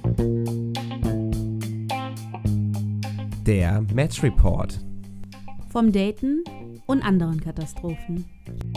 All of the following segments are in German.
Der Match Report. Vom Daten und anderen Katastrophen.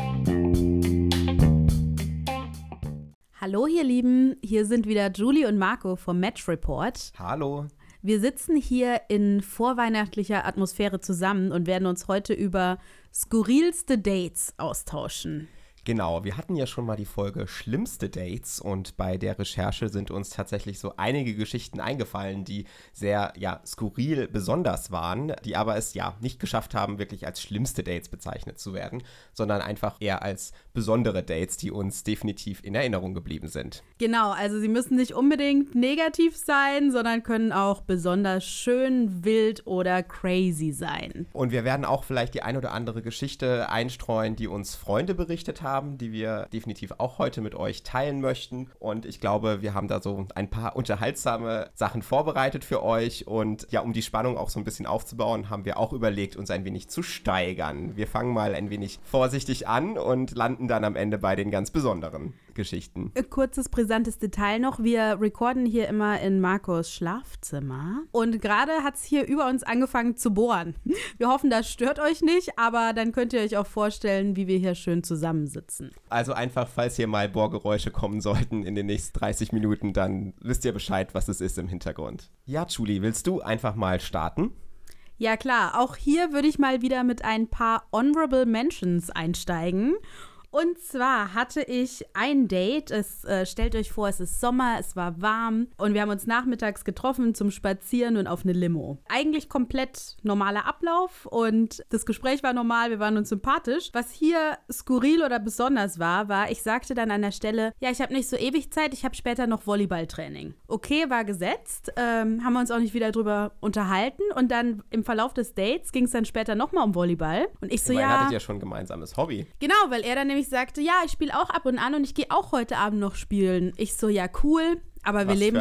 Hallo ihr Lieben, hier sind wieder Julie und Marco vom Match Report. Hallo. Wir sitzen hier in vorweihnachtlicher Atmosphäre zusammen und werden uns heute über skurrilste Dates austauschen. Genau, wir hatten ja schon mal die Folge Schlimmste Dates und bei der Recherche sind uns tatsächlich so einige Geschichten eingefallen, die sehr, skurril besonders waren, die aber es nicht geschafft haben, wirklich als schlimmste Dates bezeichnet zu werden, sondern einfach eher als besondere Dates, die uns definitiv in Erinnerung geblieben sind. Genau, also sie müssen nicht unbedingt negativ sein, sondern können auch besonders schön, wild oder crazy sein. Und wir werden auch vielleicht die ein oder andere Geschichte einstreuen, die uns Freunde berichtet haben, die wir definitiv auch heute mit euch teilen möchten. Und ich glaube, wir haben da so ein paar unterhaltsame Sachen vorbereitet für euch. Und ja, um die Spannung auch so ein bisschen aufzubauen, haben wir auch überlegt, uns ein wenig zu steigern. Wir fangen mal ein wenig vorsichtig an und landen dann am Ende bei den ganz besonderen Geschichten. Kurzes, brisantes Detail noch. Wir recorden hier immer in Marcos Schlafzimmer. Und gerade hat es hier über uns angefangen zu bohren. Wir hoffen, das stört euch nicht, aber dann könnt ihr euch auch vorstellen, wie wir hier schön zusammensitzen. Also einfach, falls hier mal Bohrgeräusche kommen sollten in den nächsten 30 Minuten, dann wisst ihr Bescheid, was es ist im Hintergrund. Ja, Julie, willst du einfach mal starten? Ja klar, auch hier würde ich mal wieder mit ein paar Honorable Mentions einsteigen. Und zwar hatte ich ein Date, stellt euch vor, es ist Sommer, es war warm und wir haben uns nachmittags getroffen zum Spazieren und auf eine Limo. Eigentlich komplett normaler Ablauf und das Gespräch war normal, wir waren uns sympathisch. Was hier skurril oder besonders war, ich sagte dann an der Stelle, ja, ich habe nicht so ewig Zeit, ich habe später noch Volleyballtraining. Okay, war gesetzt, haben wir uns auch nicht wieder drüber unterhalten und dann im Verlauf des Dates ging es dann später nochmal um Volleyball. Und ich so, Ihr hattet ja schon ein gemeinsames Hobby. Genau, weil er dann nämlich sagte, ja, ich spiele auch ab und an und ich gehe auch heute Abend noch spielen. Ich so, ja, cool. Aber wir leben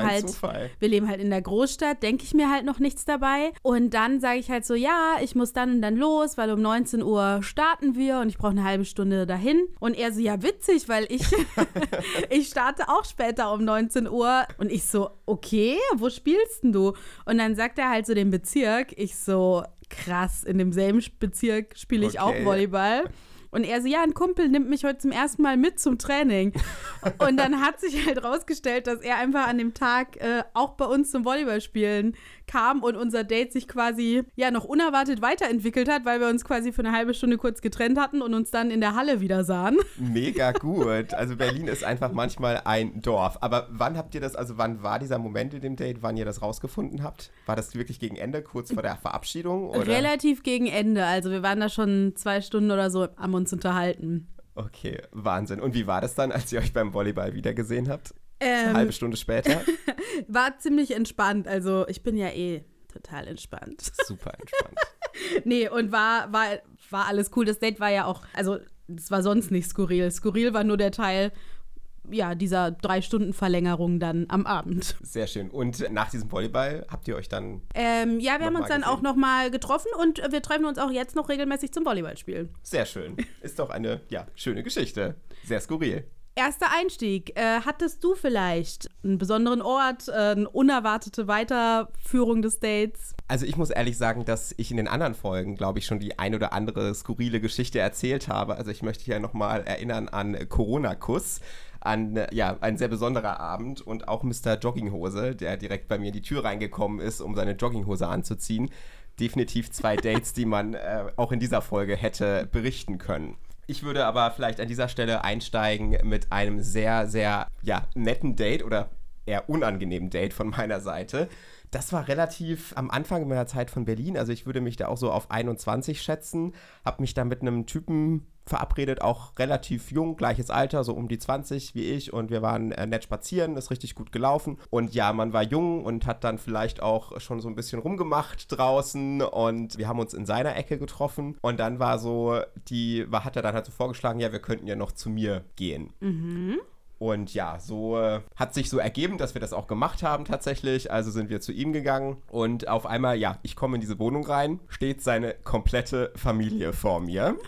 halt in der Großstadt, denke ich mir halt noch nichts dabei. Und dann sage ich halt so, ja, ich muss dann und dann los, weil um 19 Uhr starten wir und ich brauche eine halbe Stunde dahin. Und er so, ja, witzig, weil ich starte auch später um 19 Uhr. Und ich so, okay, wo spielst denn du? Und dann sagt er halt so den Bezirk. Ich so, krass, in demselben Bezirk spiele ich auch Volleyball. Und er so, ja, ein Kumpel nimmt mich heute zum ersten Mal mit zum Training. Und dann hat sich halt rausgestellt, dass er einfach an dem Tag auch bei uns zum Volleyballspielen kam und unser Date sich quasi noch unerwartet weiterentwickelt hat, weil wir uns quasi für eine halbe Stunde kurz getrennt hatten und uns dann in der Halle wieder sahen. Mega gut. Also Berlin ist einfach manchmal ein Dorf. Aber wann war dieser Moment in dem Date, wann ihr das rausgefunden habt? War das wirklich gegen Ende, kurz vor der Verabschiedung? Oder? Relativ gegen Ende. Also wir waren da schon 2 Stunden oder so am uns unterhalten. Okay, Wahnsinn. Und wie war das dann, als ihr euch beim Volleyball wiedergesehen habt? Eine halbe Stunde später? War ziemlich entspannt. Also ich bin ja total entspannt. Super entspannt. Nee, und war alles cool. Das Date war ja auch, also es war sonst nicht skurril. Skurril war nur der Teil, dieser 3-Stunden-Verlängerung dann am Abend. Sehr schön. Und nach diesem Volleyball habt ihr euch dann wir haben uns dann auch nochmal getroffen und wir treffen uns auch jetzt noch regelmäßig zum Volleyballspielen. Sehr schön. Ist doch eine, schöne Geschichte. Sehr skurril. Erster Einstieg. Hattest du vielleicht einen besonderen Ort, eine unerwartete Weiterführung des Dates? Also ich muss ehrlich sagen, dass ich in den anderen Folgen, glaube ich, schon die ein oder andere skurrile Geschichte erzählt habe. Also ich möchte hier nochmal erinnern an Corona-Kuss. Ein sehr besonderer Abend und auch Mr. Jogginghose, der direkt bei mir in die Tür reingekommen ist, um seine Jogginghose anzuziehen. Definitiv 2 Dates, die man auch in dieser Folge hätte berichten können. Ich würde aber vielleicht an dieser Stelle einsteigen mit einem sehr, sehr netten Date oder eher unangenehmen Date von meiner Seite. Das war relativ am Anfang meiner Zeit von Berlin, also ich würde mich da auch so auf 21 schätzen, habe mich da mit einem Typen verabredet, auch relativ jung, gleiches Alter, so um die 20 wie ich und wir waren nett spazieren, ist richtig gut gelaufen und man war jung und hat dann vielleicht auch schon so ein bisschen rumgemacht draußen und wir haben uns in seiner Ecke getroffen und dann hat er dann halt so vorgeschlagen, wir könnten ja noch zu mir gehen. Mhm. Und so hat sich so ergeben, dass wir das auch gemacht haben tatsächlich. Also sind wir zu ihm gegangen und auf einmal, ich komme in diese Wohnung rein, steht seine komplette Familie vor mir.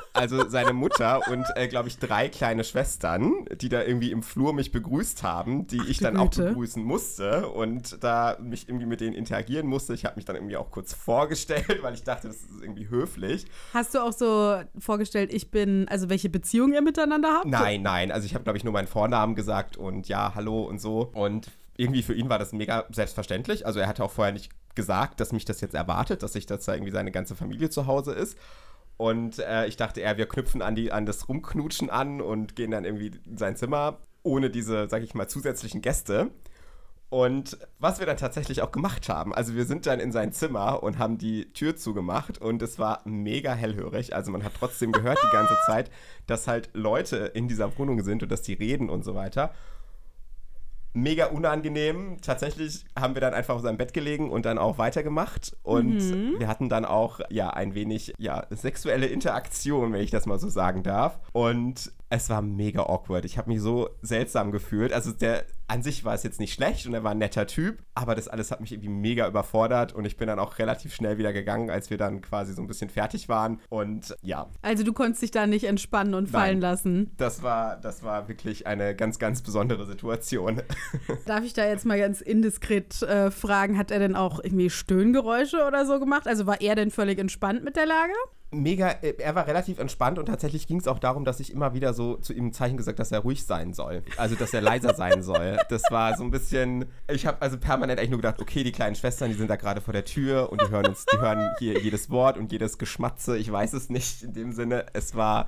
also seine Mutter und, glaube ich, 3 kleine Schwestern, die da irgendwie im Flur mich begrüßt haben, die ich dann auch begrüßen musste und da mich irgendwie mit denen interagieren musste. Ich habe mich dann irgendwie auch kurz vorgestellt, weil ich dachte, das ist irgendwie höflich. Hast du auch so vorgestellt, also welche Beziehung ihr miteinander habt? Nein. Also ich habe, glaube ich, nur meinen Vornamen gesagt und ja, hallo und so. Und irgendwie für ihn war das mega selbstverständlich. Also er hatte auch vorher nicht gesagt, dass mich das jetzt erwartet, dass da irgendwie seine ganze Familie zu Hause ist. Und ich dachte wir knüpfen an das Rumknutschen an und gehen dann irgendwie in sein Zimmer ohne diese, sag ich mal, zusätzlichen Gäste. Und was wir dann tatsächlich auch gemacht haben, also wir sind dann in sein Zimmer und haben die Tür zugemacht und es war mega hellhörig. Also man hat trotzdem gehört die ganze Zeit, dass halt Leute in dieser Wohnung sind und dass die reden und so weiter. Mega unangenehm. Tatsächlich haben wir dann einfach auf seinem Bett gelegen und dann auch weitergemacht. Und wir hatten dann auch, ein wenig, sexuelle Interaktion, wenn ich das mal so sagen darf. Und es war mega awkward. Ich habe mich so seltsam gefühlt. Also an sich war es jetzt nicht schlecht und er war ein netter Typ, aber das alles hat mich irgendwie mega überfordert und ich bin dann auch relativ schnell wieder gegangen, als wir dann quasi so ein bisschen fertig waren und ja. Also du konntest dich da nicht entspannen und fallen lassen? Das war wirklich eine ganz, ganz besondere Situation. Darf ich da jetzt mal ganz indiskret fragen, hat er denn auch irgendwie Stöhngeräusche oder so gemacht? Also war er denn völlig entspannt mit der Lage? Mega, er war relativ entspannt und tatsächlich ging es auch darum, dass ich immer wieder so zu ihm ein Zeichen gesagt, dass er ruhig sein soll. Also, dass er leiser sein soll. Das war so ein bisschen, ich habe also permanent eigentlich nur gedacht, okay, die kleinen Schwestern, die sind da gerade vor der Tür und die hören hier jedes Wort und jedes Geschmatze. Ich weiß es nicht in dem Sinne. Es war,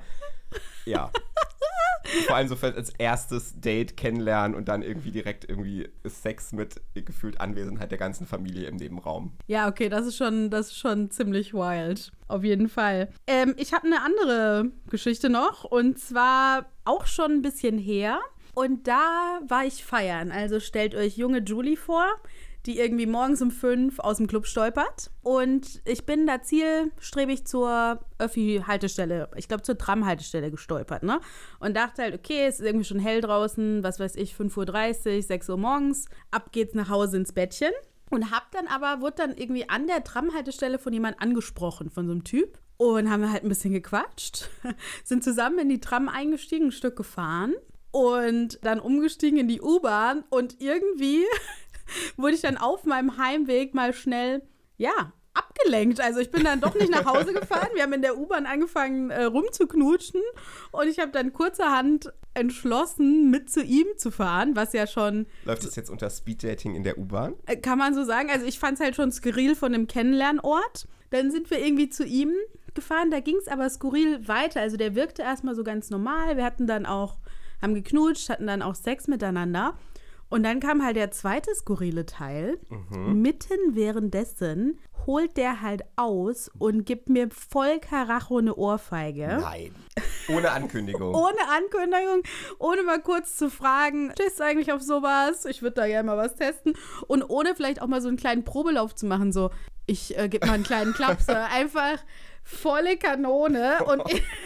vor allem so als erstes Date kennenlernen und dann irgendwie direkt irgendwie Sex mit gefühlt Anwesenheit der ganzen Familie im Nebenraum. Ja, okay, das ist schon ziemlich wild. Auf jeden Fall. Ich habe eine andere Geschichte noch und zwar auch schon ein bisschen her. Und da war ich feiern. Also stellt euch junge Julie vor, die irgendwie morgens um 5 aus dem Club stolpert. Und ich bin da zielstrebig zur Öffi-Haltestelle, ich glaube zur Tram-Haltestelle gestolpert, ne? Und dachte halt, okay, es ist irgendwie schon hell draußen, was weiß ich, 5:30 Uhr, 6 Uhr morgens. Ab geht's nach Hause ins Bettchen. Und wurde dann irgendwie an der Tram-Haltestelle von jemandem angesprochen, von so einem Typ. Und haben wir halt ein bisschen gequatscht, sind zusammen in die Tram eingestiegen, ein Stück gefahren und dann umgestiegen in die U-Bahn und irgendwie wurde ich dann auf meinem Heimweg mal schnell, abgelenkt. Also ich bin dann doch nicht nach Hause gefahren. Wir haben in der U-Bahn angefangen rumzuknutschen und ich habe dann kurzerhand entschlossen, mit zu ihm zu fahren, was ja schon... Läuft das jetzt unter Speeddating in der U-Bahn? Kann man so sagen. Also ich fand es halt schon skurril von dem Kennenlernort. Dann sind wir irgendwie zu ihm gefahren, da ging es aber skurril weiter. Also der wirkte erstmal so ganz normal. Wir haben geknutscht, hatten dann auch Sex miteinander. Und dann kam halt der zweite skurrile Teil. Mitten währenddessen holt der halt aus und gibt mir voll Karacho eine Ohrfeige. Nein. Ohne Ankündigung. Ohne mal kurz zu fragen, stehst du eigentlich auf sowas? Ich würde da gerne mal was testen. Und ohne vielleicht auch mal so einen kleinen Probelauf zu machen, so, ich gebe mal einen kleinen Klapser. Einfach volle Kanone und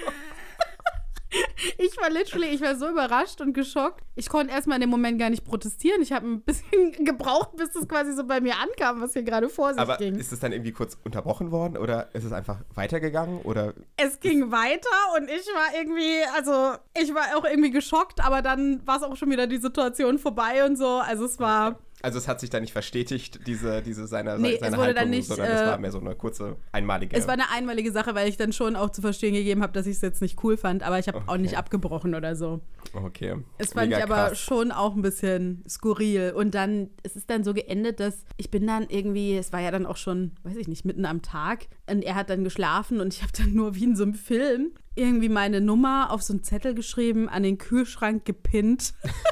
ich war so überrascht und geschockt. Ich konnte erstmal in dem Moment gar nicht protestieren. Ich habe ein bisschen gebraucht, bis das quasi so bei mir ankam, was hier gerade vor sich ging. Aber ist es dann irgendwie kurz unterbrochen worden oder ist es einfach weitergegangen? Oder es ging weiter und ich war auch irgendwie geschockt, aber dann war es auch schon wieder die Situation vorbei und so. Also es war... Also es hat sich dann nicht verstetigt, seine es wurde Haltung, dann nicht, sondern es war mehr so eine kurze, einmalige... Es war eine einmalige Sache, weil ich dann schon auch zu verstehen gegeben habe, dass ich es jetzt nicht cool fand, aber ich habe auch nicht abgebrochen oder so. Okay. Es fand ich aber schon auch ein bisschen skurril. Und dann, es ist dann so geendet, dass ich bin dann irgendwie, es war ja dann auch schon, weiß ich nicht, mitten am Tag und er hat dann geschlafen und ich habe dann nur wie in so einem Film irgendwie meine Nummer auf so einen Zettel geschrieben, an den Kühlschrank gepinnt.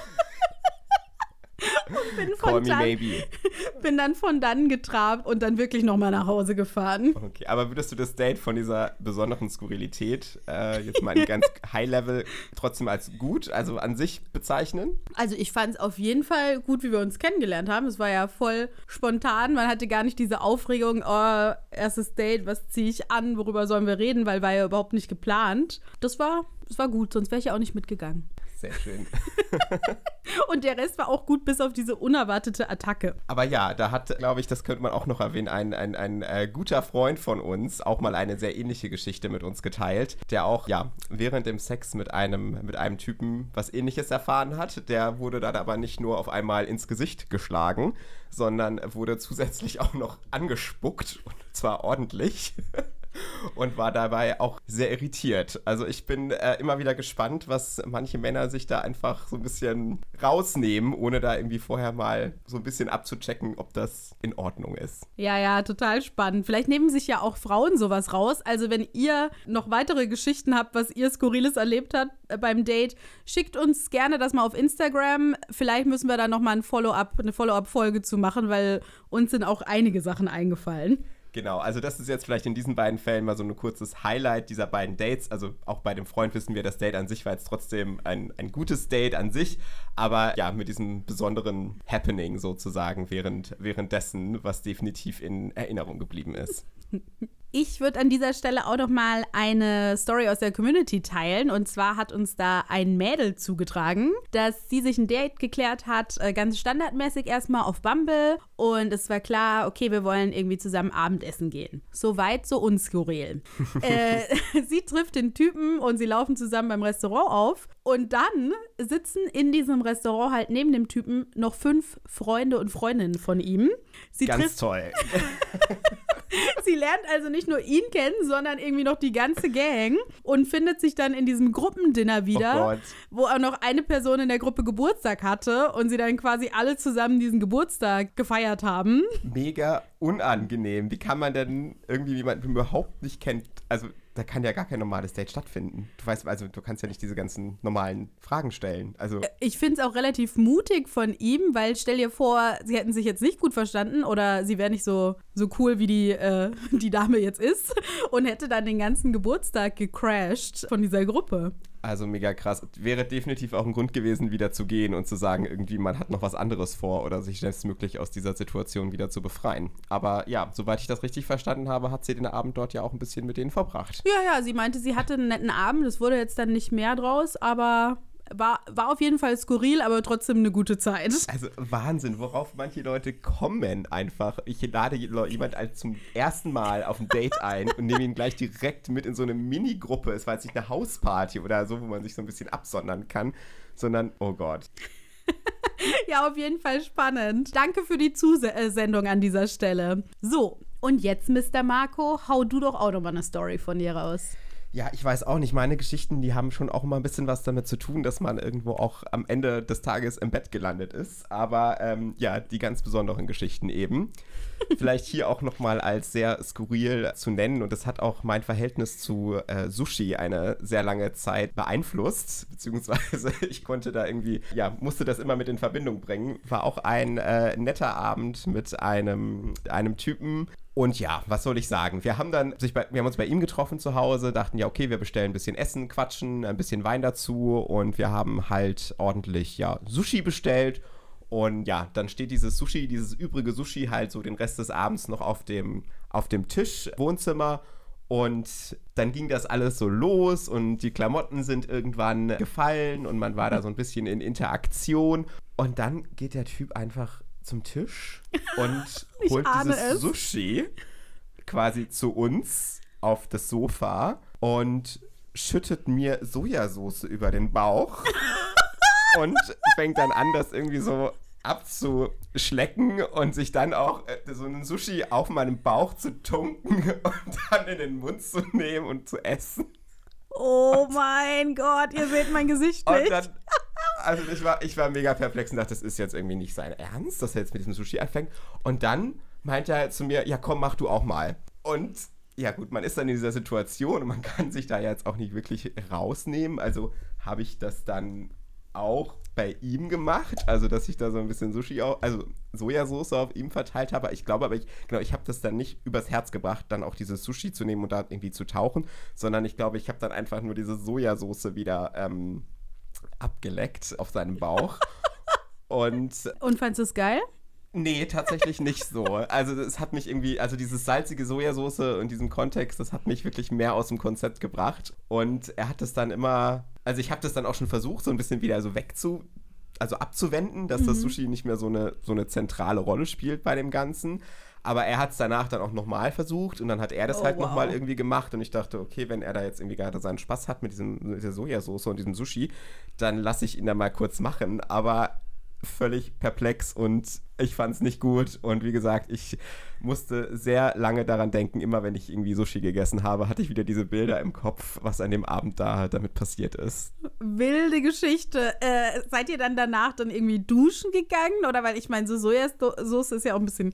Und bin dann von dann getrabt und dann wirklich nochmal nach Hause gefahren. Okay, aber würdest du das Date von dieser besonderen Skurrilität jetzt mal in ganz High-Level trotzdem als gut, also an sich bezeichnen? Also ich fand es auf jeden Fall gut, wie wir uns kennengelernt haben. Es war ja voll spontan. Man hatte gar nicht diese Aufregung, erstes Date, was ziehe ich an, worüber sollen wir reden, weil war ja überhaupt nicht geplant. Das war gut, sonst wäre ich ja auch nicht mitgegangen. Sehr schön. Und der Rest war auch gut, bis auf diese unerwartete Attacke. Aber ja, da hat, glaube ich, das könnte man auch noch erwähnen, ein guter Freund von uns auch mal eine sehr ähnliche Geschichte mit uns geteilt, der auch, ja, während dem Sex mit einem Typen was Ähnliches erfahren hat. Der wurde dann aber nicht nur auf einmal ins Gesicht geschlagen, sondern wurde zusätzlich auch noch angespuckt, und zwar ordentlich. Und war dabei auch sehr irritiert. Also ich bin immer wieder gespannt, was manche Männer sich da einfach so ein bisschen rausnehmen, ohne da irgendwie vorher mal so ein bisschen abzuchecken, ob das in Ordnung ist. Ja, total spannend. Vielleicht nehmen sich ja auch Frauen sowas raus. Also wenn ihr noch weitere Geschichten habt, was ihr Skurriles erlebt habt beim Date, schickt uns gerne das mal auf Instagram. Vielleicht müssen wir da nochmal eine Follow-up-Folge zu machen, weil uns sind auch einige Sachen eingefallen. Genau, also das ist jetzt vielleicht in diesen beiden Fällen mal so ein kurzes Highlight dieser beiden Dates. Also auch bei dem Freund wissen wir, das Date an sich war jetzt trotzdem ein gutes Date an sich, aber ja, mit diesem besonderen Happening sozusagen währenddessen, was definitiv in Erinnerung geblieben ist. Ich würde an dieser Stelle auch noch mal eine Story aus der Community teilen. Und zwar hat uns da ein Mädel zugetragen, dass sie sich ein Date geklärt hat, ganz standardmäßig erstmal auf Bumble. Und es war klar, okay, wir wollen irgendwie zusammen Abendessen gehen. Soweit so unskurril. Sie trifft den Typen und sie laufen zusammen beim Restaurant auf. Und dann sitzen in diesem Restaurant halt neben dem Typen noch 5 Freunde und Freundinnen von ihm. Ganz toll. Sie lernt also nicht nur ihn kennen, sondern irgendwie noch die ganze Gang und findet sich dann in diesem Gruppendinner wieder, wo auch noch eine Person in der Gruppe Geburtstag hatte und sie dann quasi alle zusammen diesen Geburtstag gefeiert haben. Mega unangenehm. Wie kann man denn irgendwie jemanden, den man überhaupt nicht kennt, also da kann ja gar kein normales Date stattfinden. Du weißt, also du kannst ja nicht diese ganzen normalen Fragen stellen. Also ich finde es auch relativ mutig von ihm, weil stell dir vor, sie hätten sich jetzt nicht gut verstanden oder sie wäre nicht so cool, wie die Dame jetzt ist und hätte dann den ganzen Geburtstag gecrashed von dieser Gruppe. Also mega krass. Wäre definitiv auch ein Grund gewesen, wieder zu gehen und zu sagen, irgendwie man hat noch was anderes vor oder sich schnellstmöglich aus dieser Situation wieder zu befreien. Aber ja, soweit ich das richtig verstanden habe, hat sie den Abend dort ja auch ein bisschen mit denen verbracht. Ja, sie meinte, sie hatte einen netten Abend. Es wurde jetzt dann nicht mehr draus, aber war auf jeden Fall skurril, aber trotzdem eine gute Zeit. Also Wahnsinn, worauf manche Leute kommen einfach. Ich lade jemand zum ersten Mal auf ein Date ein und nehme ihn gleich direkt mit in so eine Minigruppe. Es war jetzt nicht eine Hausparty oder so, wo man sich so ein bisschen absondern kann, sondern, oh Gott. Ja, auf jeden Fall spannend. Danke für die Zusendung an dieser Stelle. So, und jetzt, Mr. Marco, hau du doch auch noch mal eine Story von dir raus. Ja, ich weiß auch nicht. Meine Geschichten, die haben schon auch immer ein bisschen was damit zu tun, dass man irgendwo auch am Ende des Tages im Bett gelandet ist. Aber ja, die ganz besonderen Geschichten eben. Vielleicht hier auch nochmal als sehr skurril zu nennen. Und das hat auch mein Verhältnis zu Sushi eine sehr lange Zeit beeinflusst. Beziehungsweise ich konnte da irgendwie, ja, musste das immer mit in Verbindung bringen. War auch ein netter Abend mit einem Typen. Und ja, was soll ich sagen? Wir haben uns bei ihm getroffen zu Hause, dachten ja, okay, wir bestellen ein bisschen Essen, quatschen, ein bisschen Wein dazu und wir haben halt ordentlich, ja, Sushi bestellt. Und ja, dann steht dieses übrige Sushi halt so den Rest des Abends noch auf dem Tisch, Wohnzimmer. Und dann ging das alles so los und die Klamotten sind irgendwann gefallen und man war da so ein bisschen in Interaktion. Und dann geht der Typ einfach zum Tisch und holt dieses Sushi quasi zu uns auf das Sofa und schüttet mir Sojasauce über den Bauch und fängt dann an, das irgendwie so abzuschlecken und sich dann auch so einen Sushi auf meinem Bauch zu tunken und dann in den Mund zu nehmen und zu essen. Oh mein Gott, ihr seht mein Gesicht nicht. Und dann, also ich war mega perplex und dachte, das ist jetzt irgendwie nicht sein Ernst, dass er jetzt mit diesem Sushi anfängt. Und dann meinte er zu mir, ja komm, mach du auch mal. Und ja gut, man ist dann in dieser Situation und man kann sich da jetzt auch nicht wirklich rausnehmen. Also habe ich das dann auch bei ihm gemacht, also dass ich da so ein bisschen Sojasauce auf ihm verteilt habe. Ich glaube ich habe das dann nicht übers Herz gebracht, dann auch dieses Sushi zu nehmen und da irgendwie zu tauchen, sondern ich glaube, ich habe dann einfach nur diese Sojasauce wieder abgeleckt auf seinem Bauch. Und fandst du es geil? Nee, tatsächlich nicht so. Also es hat mich irgendwie, also dieses salzige Sojasauce in diesem Kontext, das hat mich wirklich mehr aus dem Konzept gebracht. Und er hat es dann immer Also ich habe das dann auch schon versucht, so ein bisschen wieder so abzuwenden, dass das Sushi nicht mehr so eine zentrale Rolle spielt bei dem Ganzen. Aber er hat es danach dann auch nochmal versucht und dann hat er das nochmal irgendwie gemacht und ich dachte, okay, wenn er da jetzt irgendwie gerade seinen Spaß hat mit dieser Sojasauce und diesem Sushi, dann lasse ich ihn da mal kurz machen, aber völlig perplex und ich fand es nicht gut und wie gesagt, ich musste sehr lange daran denken, immer wenn ich irgendwie Sushi gegessen habe, hatte ich wieder diese Bilder im Kopf, was an dem Abend da damit passiert ist. Wilde Geschichte. Seid ihr dann danach dann irgendwie duschen gegangen? Oder weil ich meine, so Sojasauce ist ja auch ein bisschen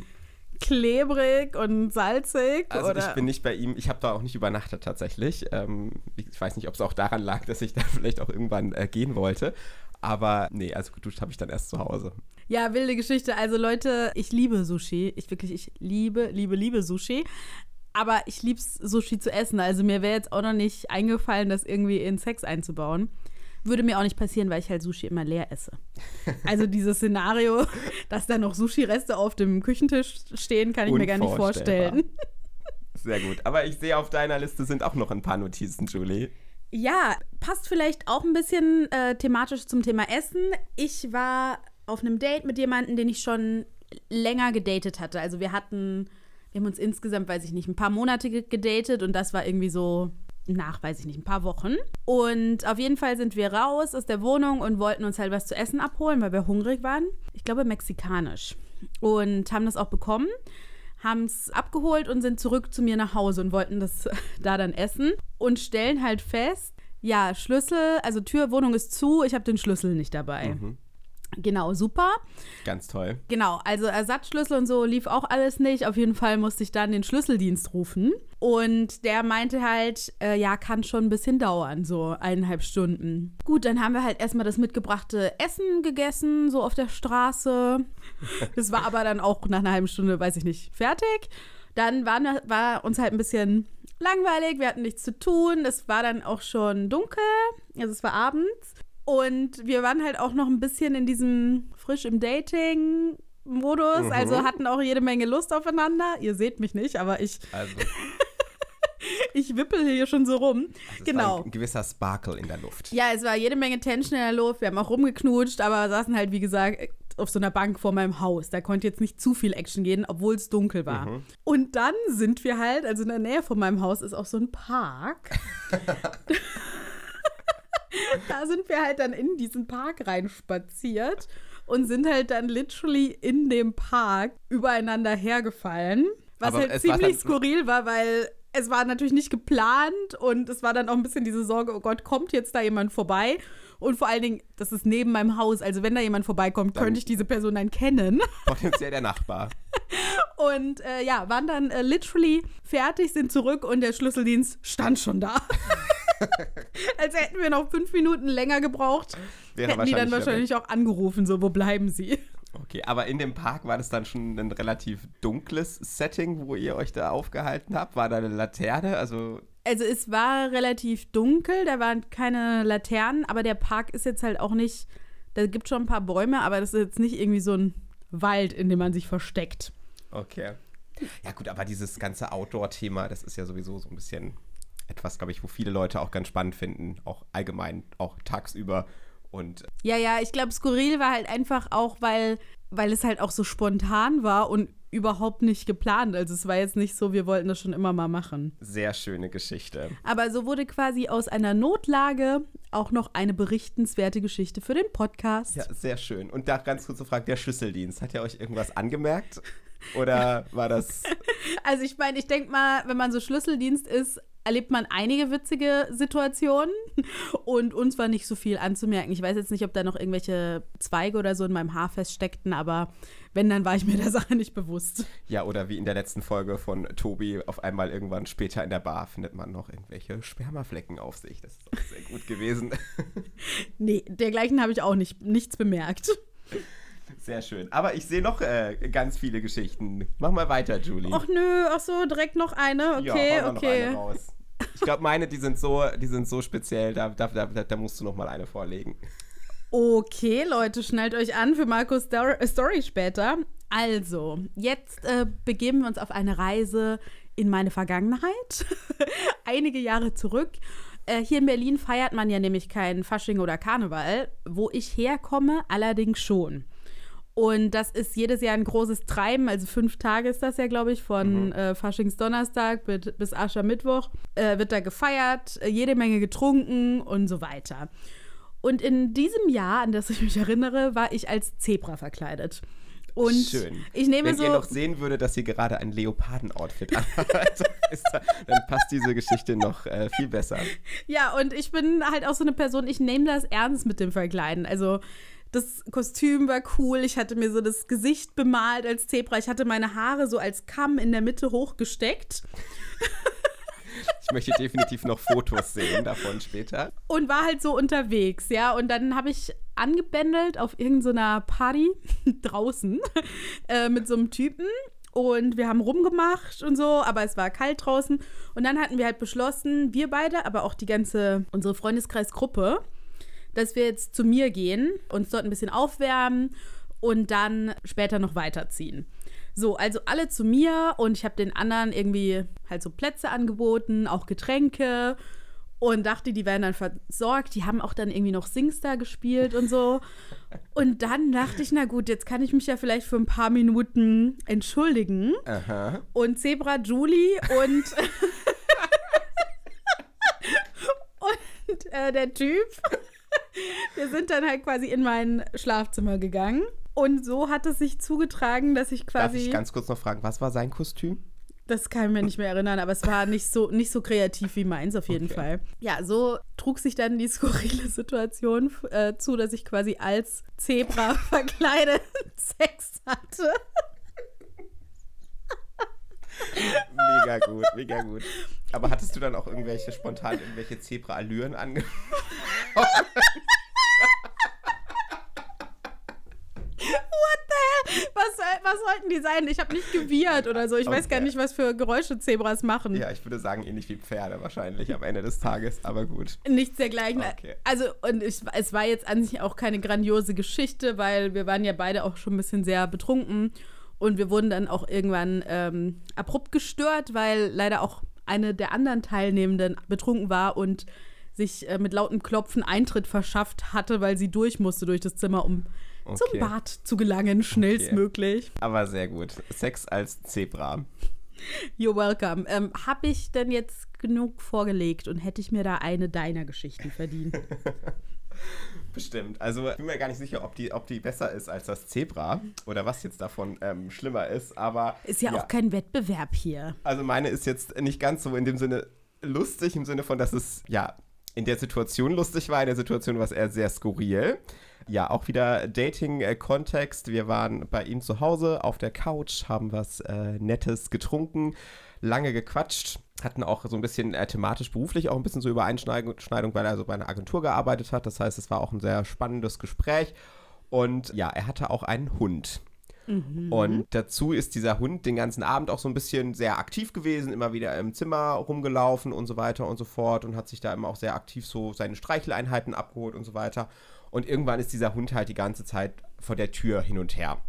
klebrig und salzig? Also oder? Ich bin nicht bei ihm, ich habe da auch nicht übernachtet tatsächlich. Ich weiß nicht, ob es auch daran lag, dass ich da vielleicht auch irgendwann gehen wollte. Aber nee, also geduscht habe ich dann erst zu Hause. Ja, wilde Geschichte. Also Leute, ich liebe Sushi. Ich liebe Sushi. Aber ich liebe es, Sushi zu essen. Also mir wäre jetzt auch noch nicht eingefallen, das irgendwie in Sex einzubauen. Würde mir auch nicht passieren, weil ich halt Sushi immer leer esse. Also dieses Szenario, dass da noch Sushi-Reste auf dem Küchentisch stehen, kann ich mir gar nicht vorstellen. Sehr gut. Aber ich sehe, auf deiner Liste sind auch noch ein paar Notizen, Julie. Ja, passt vielleicht auch ein bisschen thematisch zum Thema Essen. Ich war auf einem Date mit jemandem, den ich schon länger gedatet hatte. Also wir haben uns insgesamt, weiß ich nicht, ein paar Monate gedatet und das war irgendwie so nach, weiß ich nicht, ein paar Wochen. Und auf jeden Fall sind wir raus aus der Wohnung und wollten uns halt was zu essen abholen, weil wir hungrig waren. Ich glaube, mexikanisch. Und haben das auch bekommen, haben es abgeholt und sind zurück zu mir nach Hause und wollten das da dann essen. Und stellen halt fest, ja, Schlüssel, also Tür, Wohnung ist zu, ich habe den Schlüssel nicht dabei. Mhm. Genau, super. Ganz toll. Genau, also Ersatzschlüssel und so lief auch alles nicht. Auf jeden Fall musste ich dann den Schlüsseldienst rufen. Und der meinte halt, ja, kann schon ein bisschen dauern, so 1,5 Stunden. Gut, dann haben wir halt erstmal das mitgebrachte Essen gegessen, so auf der Straße. Das war aber dann auch nach einer halben Stunde, weiß ich nicht, fertig. Dann war uns halt ein bisschen langweilig, wir hatten nichts zu tun. Es war dann auch schon dunkel, also es war abends. Und wir waren halt auch noch ein bisschen in diesem frisch im Dating-Modus, also hatten auch jede Menge Lust aufeinander. Ihr seht mich nicht, aber ich wippel hier schon so rum. Also genau. Es war ein gewisser Sparkle in der Luft. Ja, es war jede Menge Tension in der Luft. Wir haben auch rumgeknutscht, aber saßen halt, wie gesagt, auf so einer Bank vor meinem Haus. Da konnte jetzt nicht zu viel Action gehen, obwohl es dunkel war. Mhm. Und dann sind wir halt, also in der Nähe von meinem Haus ist auch so ein Park. Da sind wir halt dann in diesen Park reinspaziert und sind halt dann literally in dem Park übereinander hergefallen. Was aber halt ziemlich skurril war, weil es war natürlich nicht geplant und es war dann auch ein bisschen diese Sorge, oh Gott, kommt jetzt da jemand vorbei? Und vor allen Dingen, das ist neben meinem Haus, also wenn da jemand vorbeikommt, könnte ich diese Person dann kennen. Potenziell der Nachbar. Und ja, waren dann literally fertig, sind zurück und der Schlüsseldienst stand schon da. Als hätten wir noch 5 Minuten länger gebraucht, hätten die dann wahrscheinlich auch angerufen, so, wo bleiben sie? Okay, aber in dem Park war das dann schon ein relativ dunkles Setting, wo ihr euch da aufgehalten habt? War da eine Laterne? Also es war relativ dunkel, da waren keine Laternen, aber der Park ist jetzt halt auch nicht, da gibt es schon ein paar Bäume, aber das ist jetzt nicht irgendwie so ein Wald, in dem man sich versteckt. Okay. Ja gut, aber dieses ganze Outdoor-Thema, das ist ja sowieso so ein bisschen etwas, glaube ich, wo viele Leute auch ganz spannend finden, auch allgemein, auch tagsüber. Und ja, ich glaube, skurril war halt einfach auch, weil es halt auch so spontan war und überhaupt nicht geplant. Also es war jetzt nicht so, wir wollten das schon immer mal machen. Sehr schöne Geschichte. Aber so wurde quasi aus einer Notlage auch noch eine berichtenswerte Geschichte für den Podcast. Ja, sehr schön. Und da ganz kurz gefragt, der Schlüsseldienst, hat er euch irgendwas angemerkt? Oder war das? Also ich meine, ich denke mal, wenn man so Schlüsseldienst ist, erlebt man einige witzige Situationen und uns war nicht so viel anzumerken. Ich weiß jetzt nicht, ob da noch irgendwelche Zweige oder so in meinem Haar feststeckten, aber wenn, dann war ich mir der Sache nicht bewusst. Ja, oder wie in der letzten Folge von Tobi, auf einmal irgendwann später in der Bar findet man noch irgendwelche Spermaflecken auf sich. Das ist auch sehr gut gewesen. Nee, dergleichen habe ich auch nichts bemerkt. Sehr schön. Aber ich sehe noch ganz viele Geschichten. Mach mal weiter, Julie. Ach nö, ach so, direkt noch eine. Okay, ja, noch eine raus. Ich glaube, meine, die sind so speziell, da musst du noch mal eine vorlegen. Okay, Leute, schnallt euch an für Markus Story später. Also, jetzt begeben wir uns auf eine Reise in meine Vergangenheit. Einige Jahre zurück. hier in Berlin feiert man ja nämlich keinen Fasching oder Karneval. Wo ich herkomme, allerdings schon. Und das ist jedes Jahr ein großes Treiben, also 5 Tage ist das ja, glaube ich, von Faschingsdonnerstag bis Aschermittwoch, wird da gefeiert, jede Menge getrunken und so weiter. Und in diesem Jahr, an das ich mich erinnere, war ich als Zebra verkleidet. Und schön. Wenn ihr noch sehen würdet, dass sie gerade ein Leoparden-Outfit anhat, dann passt diese Geschichte noch viel besser. Ja, und ich bin halt auch so eine Person, ich nehme das ernst mit dem Verkleiden. Also das Kostüm war cool, ich hatte mir so das Gesicht bemalt als Zebra, ich hatte meine Haare so als Kamm in der Mitte hochgesteckt. Ich möchte definitiv noch Fotos sehen davon später. Und war halt so unterwegs, ja. Und dann habe ich angebändelt auf irgendeiner Party draußen mit so einem Typen. Und wir haben rumgemacht und so, aber es war kalt draußen. Und dann hatten wir halt beschlossen, wir beide, aber auch unsere Freundeskreisgruppe, dass wir jetzt zu mir gehen, uns dort ein bisschen aufwärmen und dann später noch weiterziehen. So, also alle zu mir und ich habe den anderen irgendwie halt so Plätze angeboten, auch Getränke und dachte, die werden dann versorgt. Die haben auch dann irgendwie noch Singstar gespielt und so. Und dann dachte ich, na gut, jetzt kann ich mich ja vielleicht für ein paar Minuten entschuldigen. Aha. Und Zebra Julie und der Typ, wir sind dann halt quasi in mein Schlafzimmer gegangen. Und so hat es sich zugetragen, dass ich quasi... Darf ich ganz kurz noch fragen, was war sein Kostüm? Das kann ich mir nicht mehr erinnern, aber es war nicht so kreativ wie meins auf jeden Fall. Ja, so trug sich dann die skurrile Situation zu, dass ich quasi als Zebra verkleidet Sex hatte. Mega gut, mega gut. Aber hattest du dann auch spontan irgendwelche Zebra-Allüren angefangen? Was sollten die sein? Ich habe nicht gewirrt oder so. Ich weiß gar nicht, was für Geräusche Zebras machen. Ja, ich würde sagen, ähnlich wie Pferde wahrscheinlich am Ende des Tages, aber gut. Nichts dergleichen. Okay. Also, und es war jetzt an sich auch keine grandiose Geschichte, weil wir waren ja beide auch schon ein bisschen sehr betrunken und wir wurden dann auch irgendwann abrupt gestört, weil leider auch eine der anderen Teilnehmenden betrunken war und sich mit lautem Klopfen Eintritt verschafft hatte, weil sie durch musste durch das Zimmer, um zum Bad zu gelangen, schnellstmöglich. Aber sehr gut. Sex als Zebra. You're welcome. Habe ich denn jetzt genug vorgelegt und hätte ich mir da eine deiner Geschichten verdient? Bestimmt. Also ich bin mir gar nicht sicher, ob die besser ist als das Zebra oder was jetzt davon schlimmer ist. Aber ist ja auch kein Wettbewerb hier. Also meine ist jetzt nicht ganz so in dem Sinne lustig, im Sinne von, dass es ja in der Situation lustig war. In der Situation war es eher sehr skurril. Ja, auch wieder Dating-Kontext. Wir waren bei ihm zu Hause auf der Couch, haben was Nettes getrunken, lange gequatscht, hatten auch so ein bisschen thematisch beruflich auch ein bisschen so Übereinschneidung, weil er so bei einer Agentur gearbeitet hat. Das heißt, es war auch ein sehr spannendes Gespräch. Und ja, er hatte auch einen Hund. Mhm. Und dazu ist dieser Hund den ganzen Abend auch so ein bisschen sehr aktiv gewesen, immer wieder im Zimmer rumgelaufen und so weiter und so fort und hat sich da immer auch sehr aktiv so seine Streicheleinheiten abgeholt und so weiter. Und irgendwann ist dieser Hund halt die ganze Zeit vor der Tür hin und her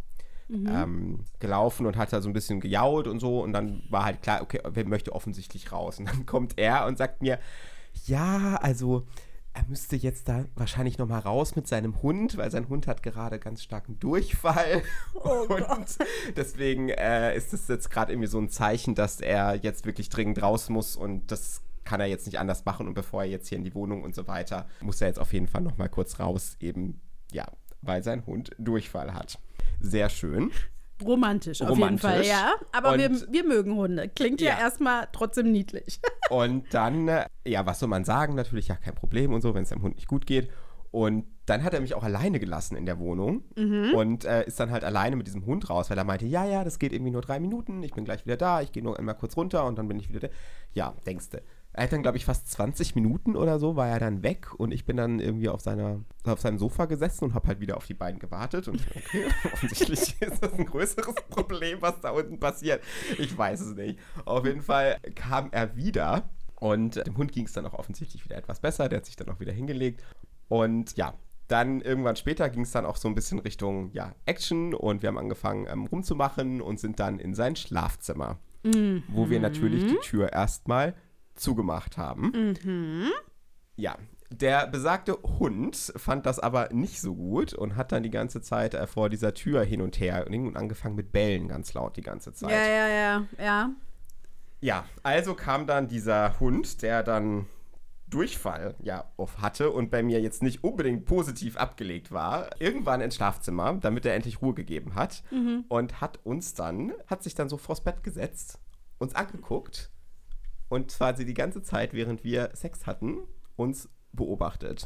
gelaufen und hat da so ein bisschen gejault und so. Und dann war halt klar, okay, er möchte offensichtlich raus. Und dann kommt er und sagt mir, ja, also er müsste jetzt da wahrscheinlich noch mal raus mit seinem Hund, weil sein Hund hat gerade ganz starken Durchfall. Oh und Gott. deswegen ist es jetzt gerade irgendwie so ein Zeichen, dass er jetzt wirklich dringend raus muss und das kann er jetzt nicht anders machen und bevor er jetzt hier in die Wohnung und so weiter, muss er jetzt auf jeden Fall noch mal kurz raus, eben, ja, weil sein Hund Durchfall hat. Sehr schön. Romantisch, auf jeden Fall, ja. Aber wir mögen Hunde. Klingt ja erstmal trotzdem niedlich. Und dann, ja, was soll man sagen? Natürlich, ja, kein Problem und so, wenn es dem Hund nicht gut geht. Und dann hat er mich auch alleine gelassen in der Wohnung und ist dann halt alleine mit diesem Hund raus, weil er meinte, ja, das geht irgendwie nur 3 Minuten, ich bin gleich wieder da, ich gehe nur einmal kurz runter und dann bin ich wieder da. Ja, denkste. Er hat dann, glaube ich, fast 20 Minuten oder so, war er dann weg und ich bin dann irgendwie auf seinem Sofa gesessen und habe halt wieder auf die beiden gewartet und okay, offensichtlich ist das ein größeres Problem, was da unten passiert. Ich weiß es nicht. Auf jeden Fall kam er wieder und dem Hund ging es dann auch offensichtlich wieder etwas besser, der hat sich dann auch wieder hingelegt und ja, dann irgendwann später ging es dann auch so ein bisschen Richtung, ja, Action und wir haben angefangen rumzumachen und sind dann in sein Schlafzimmer, wo wir natürlich die Tür erstmal zugemacht haben. Ja, der besagte Hund fand das aber nicht so gut und hat dann die ganze Zeit vor dieser Tür hin und her und angefangen mit Bellen ganz laut die ganze Zeit. Ja. Ja, also kam dann dieser Hund, der dann Durchfall hatte und bei mir jetzt nicht unbedingt positiv abgelegt war, irgendwann ins Schlafzimmer, damit er endlich Ruhe gegeben hat und hat sich dann so vors Bett gesetzt, uns angeguckt und zwar die ganze Zeit, während wir Sex hatten, uns beobachtet.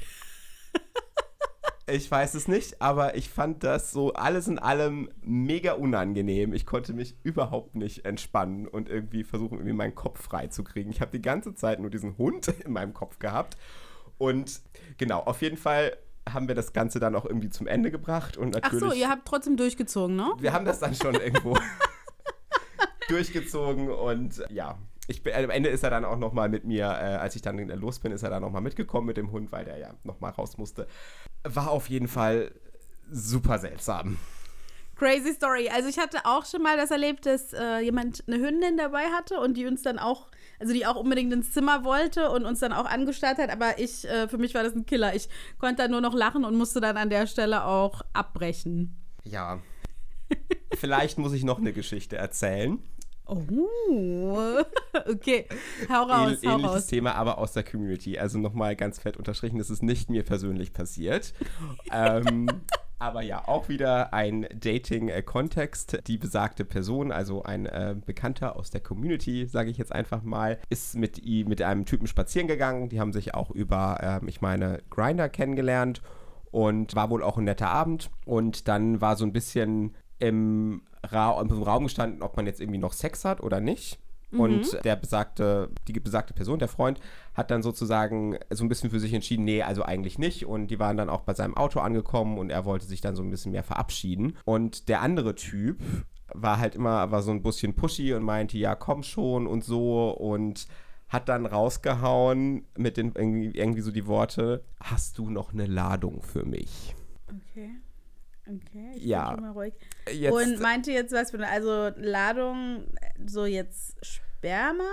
Ich weiß es nicht, aber ich fand das so alles in allem mega unangenehm. Ich konnte mich überhaupt nicht entspannen und irgendwie versuchen, irgendwie meinen Kopf frei zu kriegen. Ich habe die ganze Zeit nur diesen Hund in meinem Kopf gehabt. Und genau, auf jeden Fall haben wir das Ganze dann auch irgendwie zum Ende gebracht. Und natürlich, ach so, ihr habt trotzdem durchgezogen, ne? Wir haben das dann schon irgendwo durchgezogen und ja. Am Ende ist er dann auch nochmal mit mir, als ich dann los bin, ist er dann nochmal mitgekommen mit dem Hund, weil der ja nochmal raus musste. War auf jeden Fall super seltsam. Crazy Story. Also ich hatte auch schon mal das erlebt, dass jemand eine Hündin dabei hatte und die uns dann auch, also die auch unbedingt ins Zimmer wollte und uns dann auch angestarrt hat, aber für mich war das ein Killer. Ich konnte dann nur noch lachen und musste dann an der Stelle auch abbrechen. Ja. Vielleicht muss ich noch eine Geschichte erzählen. Oh, okay. Hau raus. Ähnliches Thema, aber aus der Community. Also nochmal ganz fett unterstrichen, das ist nicht mir persönlich passiert. Aber ja, auch wieder ein Dating-Kontext. Die besagte Person, also ein Bekannter aus der Community, sage ich jetzt einfach mal, ist mit einem Typen spazieren gegangen. Die haben sich auch über, Grindr kennengelernt und war wohl auch ein netter Abend. Und dann war so ein bisschen im Raum gestanden, ob man jetzt irgendwie noch Sex hat oder nicht. Und die besagte Person, der Freund, hat dann sozusagen so ein bisschen für sich entschieden, nee, also eigentlich nicht. Und die waren dann auch bei seinem Auto angekommen und er wollte sich dann so ein bisschen mehr verabschieden. Und der andere Typ war so ein bisschen pushy und meinte, ja, komm schon und so. Und hat dann rausgehauen mit den irgendwie so die Worte, hast du noch eine Ladung für mich? Okay, ich ja. bin schon mal ruhig. Und meinte jetzt was für also Ladung, so jetzt spermamäßig?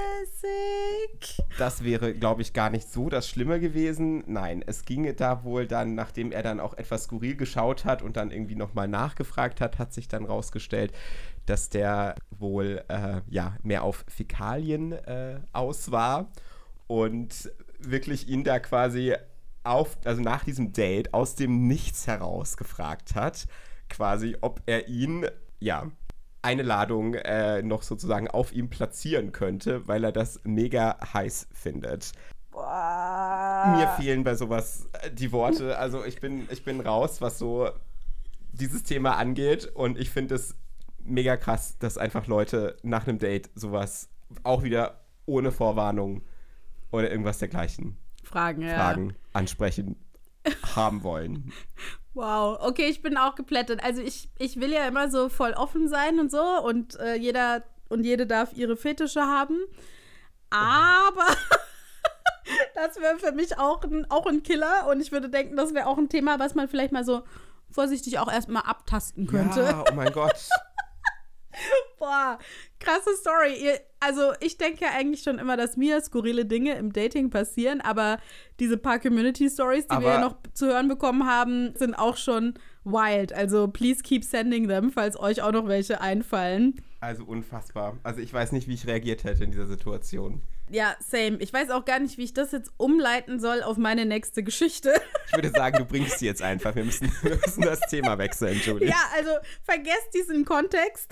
Das wäre, glaube ich, gar nicht so das Schlimme gewesen. Nein, es ginge da wohl dann, nachdem er dann auch etwas skurril geschaut hat und dann irgendwie nochmal nachgefragt hat sich dann rausgestellt, dass der wohl mehr auf Fäkalien aus war und wirklich ihn da quasi also nach diesem Date aus dem Nichts heraus gefragt hat, quasi, ob er ihn, eine Ladung noch sozusagen auf ihm platzieren könnte, weil er das mega heiß findet. Boah. Mir fehlen bei sowas die Worte, also ich bin raus, was so dieses Thema angeht und ich finde es mega krass, dass einfach Leute nach einem Date sowas auch wieder ohne Vorwarnung oder irgendwas dergleichen Fragen ansprechen haben wollen. Wow, okay, ich bin auch geplättet. Also ich will ja immer so voll offen sein und so und jeder und jede darf ihre Fetische haben. Aber das wäre für mich auch ein Killer und ich würde denken, das wäre auch ein Thema, was man vielleicht mal so vorsichtig auch erstmal abtasten könnte. Ja, oh mein Gott. Boah, krasse Story. Also ich denke ja eigentlich schon immer, dass mir skurrile Dinge im Dating passieren, aber diese paar Community-Stories, die wir ja noch zu hören bekommen haben, sind auch schon wild. Also please keep sending them, falls euch auch noch welche einfallen. Also unfassbar. Also ich weiß nicht, wie ich reagiert hätte in dieser Situation. Ja, same. Ich weiß auch gar nicht, wie ich das jetzt umleiten soll auf meine nächste Geschichte. Ich würde sagen, du bringst sie jetzt einfach. Wir müssen das Thema wechseln, Julie. Ja, also vergesst diesen Kontext.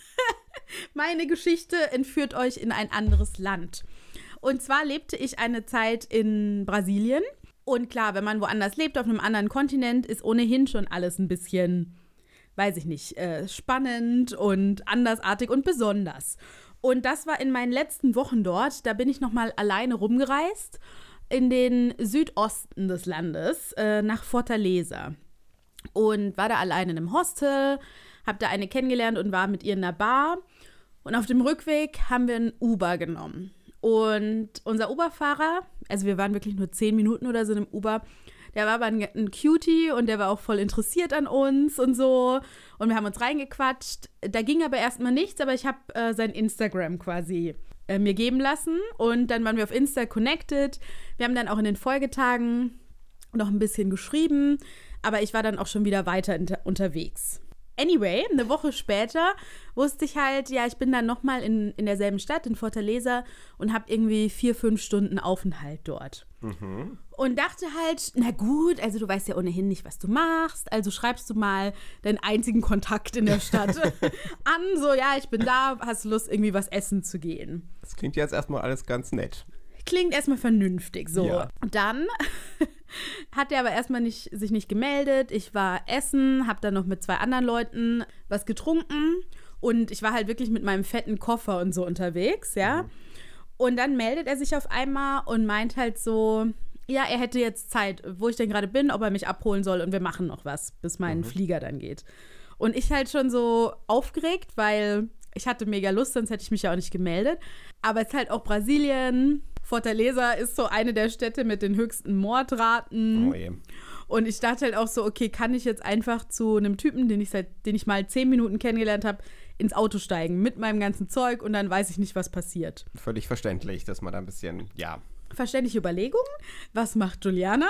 Meine Geschichte entführt euch in ein anderes Land. Und zwar lebte ich eine Zeit in Brasilien. Und klar, wenn man woanders lebt, auf einem anderen Kontinent, ist ohnehin schon alles ein bisschen, weiß ich nicht, spannend und andersartig und besonders. Und das war in meinen letzten Wochen dort. Da bin ich nochmal alleine rumgereist in den Südosten des Landes, nach Fortaleza. Und war da alleine in einem Hostel, habe da eine kennengelernt und war mit ihr in einer Bar. Und auf dem Rückweg haben wir ein Uber genommen. Und unser Uberfahrer, also wir waren wirklich nur 10 Minuten oder so in einem Uber, der war aber ein Cutie und der war auch voll interessiert an uns und so. Und wir haben uns reingequatscht. Da ging aber erstmal nichts, aber ich habe sein Instagram quasi mir geben lassen. Und dann waren wir auf Insta connected. Wir haben dann auch in den Folgetagen noch ein bisschen geschrieben. Aber ich war dann auch schon wieder weiter unterwegs. Anyway, eine Woche später wusste ich halt, ja, ich bin dann nochmal in derselben Stadt, in Fortaleza und habe irgendwie 4-5 Stunden Aufenthalt dort. Mhm. Und dachte halt, na gut, also du weißt ja ohnehin nicht, was du machst, also schreibst du mal deinen einzigen Kontakt in der Stadt an, so, ja, ich bin da, hast du Lust, irgendwie was essen zu gehen. Das klingt jetzt erstmal alles ganz nett. Klingt erstmal vernünftig, so. Ja. Und dann hat er aber erstmal sich nicht gemeldet. Ich war essen, habe dann noch mit 2 anderen Leuten was getrunken und ich war halt wirklich mit meinem fetten Koffer und so unterwegs, ja. Mhm. Und dann meldet er sich auf einmal und meint halt so, ja, er hätte jetzt Zeit, wo ich denn gerade bin, ob er mich abholen soll und wir machen noch was, bis mein Flieger dann geht. Und ich halt schon so aufgeregt, weil ich hatte mega Lust, sonst hätte ich mich ja auch nicht gemeldet. Aber es ist halt auch Brasilien. Fortaleza ist so eine der Städte mit den höchsten Mordraten. Oh je. Und ich dachte halt auch so, okay, kann ich jetzt einfach zu einem Typen, den ich mal 10 Minuten kennengelernt habe, ins Auto steigen mit meinem ganzen Zeug und dann weiß ich nicht, was passiert. Völlig verständlich, dass man da ein bisschen, ja. Verständliche Überlegungen. Was macht Juliana?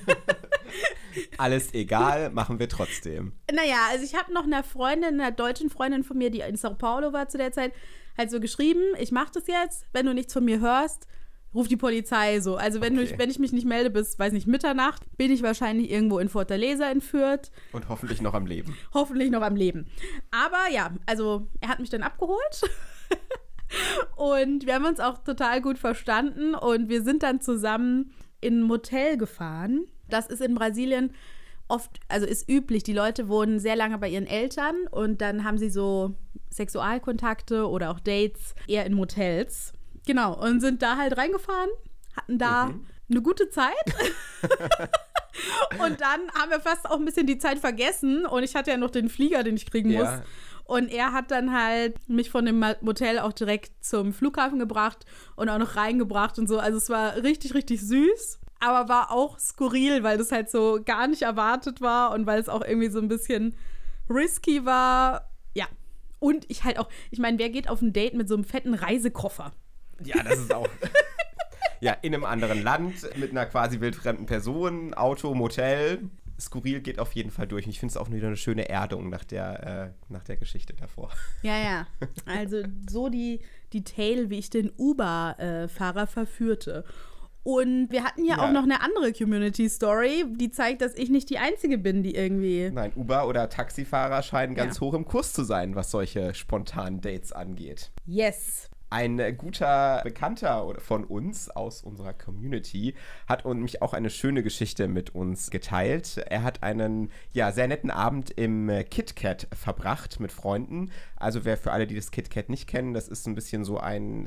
Alles egal, machen wir trotzdem. Naja, also ich habe noch einer deutschen Freundin von mir, die in Sao Paulo war zu der Zeit, halt so geschrieben, ich mache das jetzt, wenn du nichts von mir hörst, ruf die Polizei so. Also wenn ich mich nicht melde bis, weiß nicht, Mitternacht, bin ich wahrscheinlich irgendwo in Fortaleza entführt. Und hoffentlich noch am Leben. Hoffentlich noch am Leben. Aber ja, also er hat mich dann abgeholt. Und wir haben uns auch total gut verstanden. Und wir sind dann zusammen in ein Motel gefahren. Das ist in Brasilien oft, also ist üblich. Die Leute wohnen sehr lange bei ihren Eltern. Und dann haben sie so Sexualkontakte oder auch Dates eher in Motels. Genau, und sind da halt reingefahren, hatten da eine gute Zeit. Und dann haben wir fast auch ein bisschen die Zeit vergessen. Und ich hatte ja noch den Flieger, den ich kriegen muss. Und er hat dann halt mich von dem Motel auch direkt zum Flughafen gebracht und auch noch reingebracht und so. Also es war richtig, richtig süß. Aber war auch skurril, weil das halt so gar nicht erwartet war und weil es auch irgendwie so ein bisschen risky war. Ja. Und ich meine, wer geht auf ein Date mit so einem fetten Reisekoffer? Ja, das ist auch ja, in einem anderen Land mit einer quasi wildfremden Person, Auto, Motel. Skurril geht auf jeden Fall durch. Und ich finde es auch wieder eine schöne Erdung nach der Geschichte davor. Ja. Also so die Tale, wie ich den Uber-Fahrer verführte. Und wir hatten ja auch noch eine andere Community-Story, die zeigt, dass ich nicht die Einzige bin, die irgendwie... Nein, Uber- oder Taxifahrer scheinen ganz hoch im Kurs zu sein, was solche spontanen Dates angeht. Yes. Ein guter Bekannter von uns aus unserer Community hat nämlich auch eine schöne Geschichte mit uns geteilt. Er hat einen sehr netten Abend im KitKat verbracht mit Freunden. Also für alle, die das KitKat nicht kennen, das ist ein bisschen so ein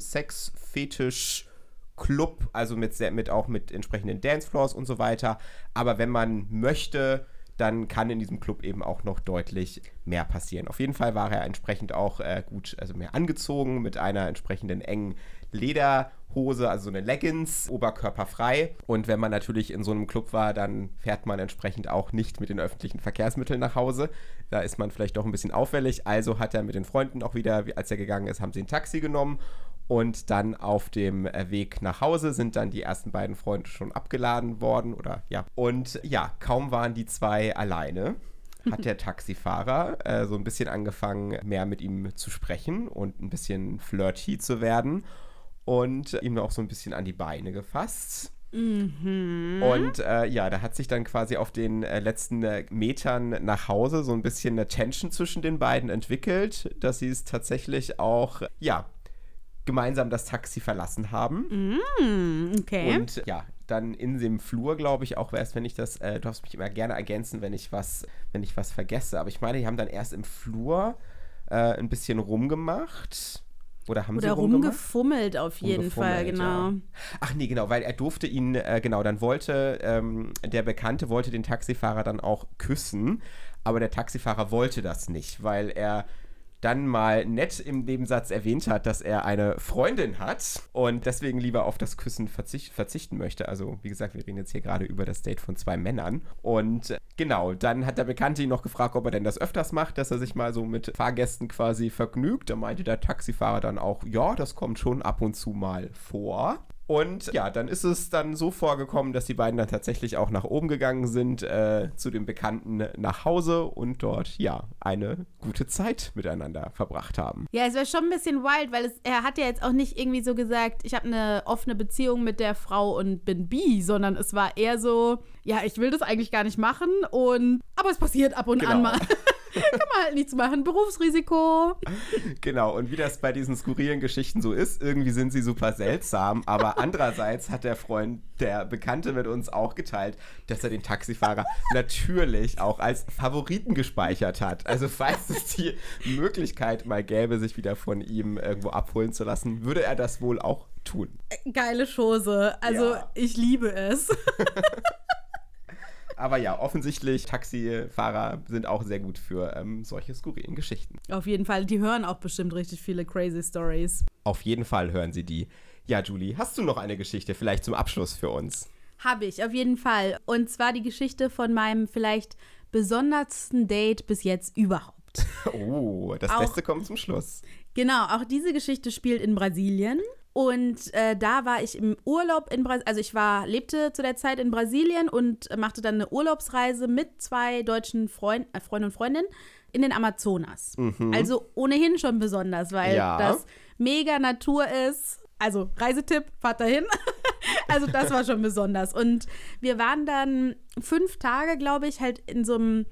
Sex-Fetisch-Club, also mit entsprechenden Dancefloors und so weiter. Aber wenn man möchte, dann kann in diesem Club eben auch noch deutlich mehr passieren. Auf jeden Fall war er entsprechend auch mehr angezogen mit einer entsprechenden engen Lederhose, also so eine Leggings, oberkörperfrei. Und wenn man natürlich in so einem Club war, dann fährt man entsprechend auch nicht mit den öffentlichen Verkehrsmitteln nach Hause. Da ist man vielleicht doch ein bisschen auffällig. Also hat er mit den Freunden auch wieder, als er gegangen ist, haben sie ein Taxi genommen. Und dann auf dem Weg nach Hause sind dann die ersten beiden Freunde schon abgeladen worden, Und kaum waren die 2 alleine, hat der Taxifahrer so ein bisschen angefangen, mehr mit ihm zu sprechen und ein bisschen flirty zu werden und ihm auch so ein bisschen an die Beine gefasst. Mhm. Und da hat sich dann quasi auf den letzten Metern nach Hause so ein bisschen eine Tension zwischen den beiden entwickelt, dass sie es tatsächlich auch, gemeinsam das Taxi verlassen haben. Okay. Und dann in dem Flur, glaube ich, auch erst, wenn ich das, du darfst mich immer gerne ergänzen, wenn ich was vergesse. Aber ich meine, die haben dann erst im Flur ein bisschen rumgemacht. Oder rumgefummelt auf jeden Fall, genau. Ja. Ach nee, genau, weil er durfte ihn, dann wollte, der Bekannte wollte den Taxifahrer dann auch küssen, aber der Taxifahrer wollte das nicht, weil er dann mal nett im Nebensatz erwähnt hat, dass er eine Freundin hat und deswegen lieber auf das Küssen verzichten möchte. Also wie gesagt, wir reden jetzt hier gerade über das Date von 2 Männern. Und genau, dann hat der Bekannte ihn noch gefragt, ob er denn das öfters macht, dass er sich mal so mit Fahrgästen quasi vergnügt. Da meinte der Taxifahrer dann auch, ja, das kommt schon ab und zu mal vor. Und ja, dann ist es dann so vorgekommen, dass die beiden dann tatsächlich auch nach oben gegangen sind, zu dem Bekannten nach Hause und dort, ja, eine gute Zeit miteinander verbracht haben. Ja, es war schon ein bisschen wild, weil er hat ja jetzt auch nicht irgendwie so gesagt, ich habe eine offene Beziehung mit der Frau und bin bi, sondern es war eher so, ja, ich will das eigentlich gar nicht machen aber es passiert ab und an mal. Kann man halt nichts machen. Berufsrisiko. Genau, und wie das bei diesen skurrilen Geschichten so ist, irgendwie sind sie super seltsam, aber andererseits hat der Bekannte mit uns auch geteilt, dass er den Taxifahrer natürlich auch als Favoriten gespeichert hat. Also falls es die Möglichkeit mal gäbe, sich wieder von ihm irgendwo abholen zu lassen, würde er das wohl auch tun. Geile Chose. Also ich liebe es. Aber ja, offensichtlich, Taxifahrer sind auch sehr gut für solche skurrilen Geschichten. Auf jeden Fall, die hören auch bestimmt richtig viele crazy Stories. Auf jeden Fall hören sie die. Ja, Julie, hast du noch eine Geschichte vielleicht zum Abschluss für uns? Habe ich, auf jeden Fall. Und zwar die Geschichte von meinem vielleicht besondersten Date bis jetzt überhaupt. Oh, das Beste kommt zum Schluss. Genau, auch diese Geschichte spielt in Brasilien. Und da war ich im Urlaub in Brasilien, also ich lebte zu der Zeit in Brasilien und machte dann eine Urlaubsreise mit 2 deutschen Freunden und Freundinnen in den Amazonas. Mhm. Also ohnehin schon besonders, weil das mega Natur ist. Also Reisetipp, fahrt dahin. Also das war schon besonders. Und wir waren dann 5 Tage, glaube ich, halt in so einer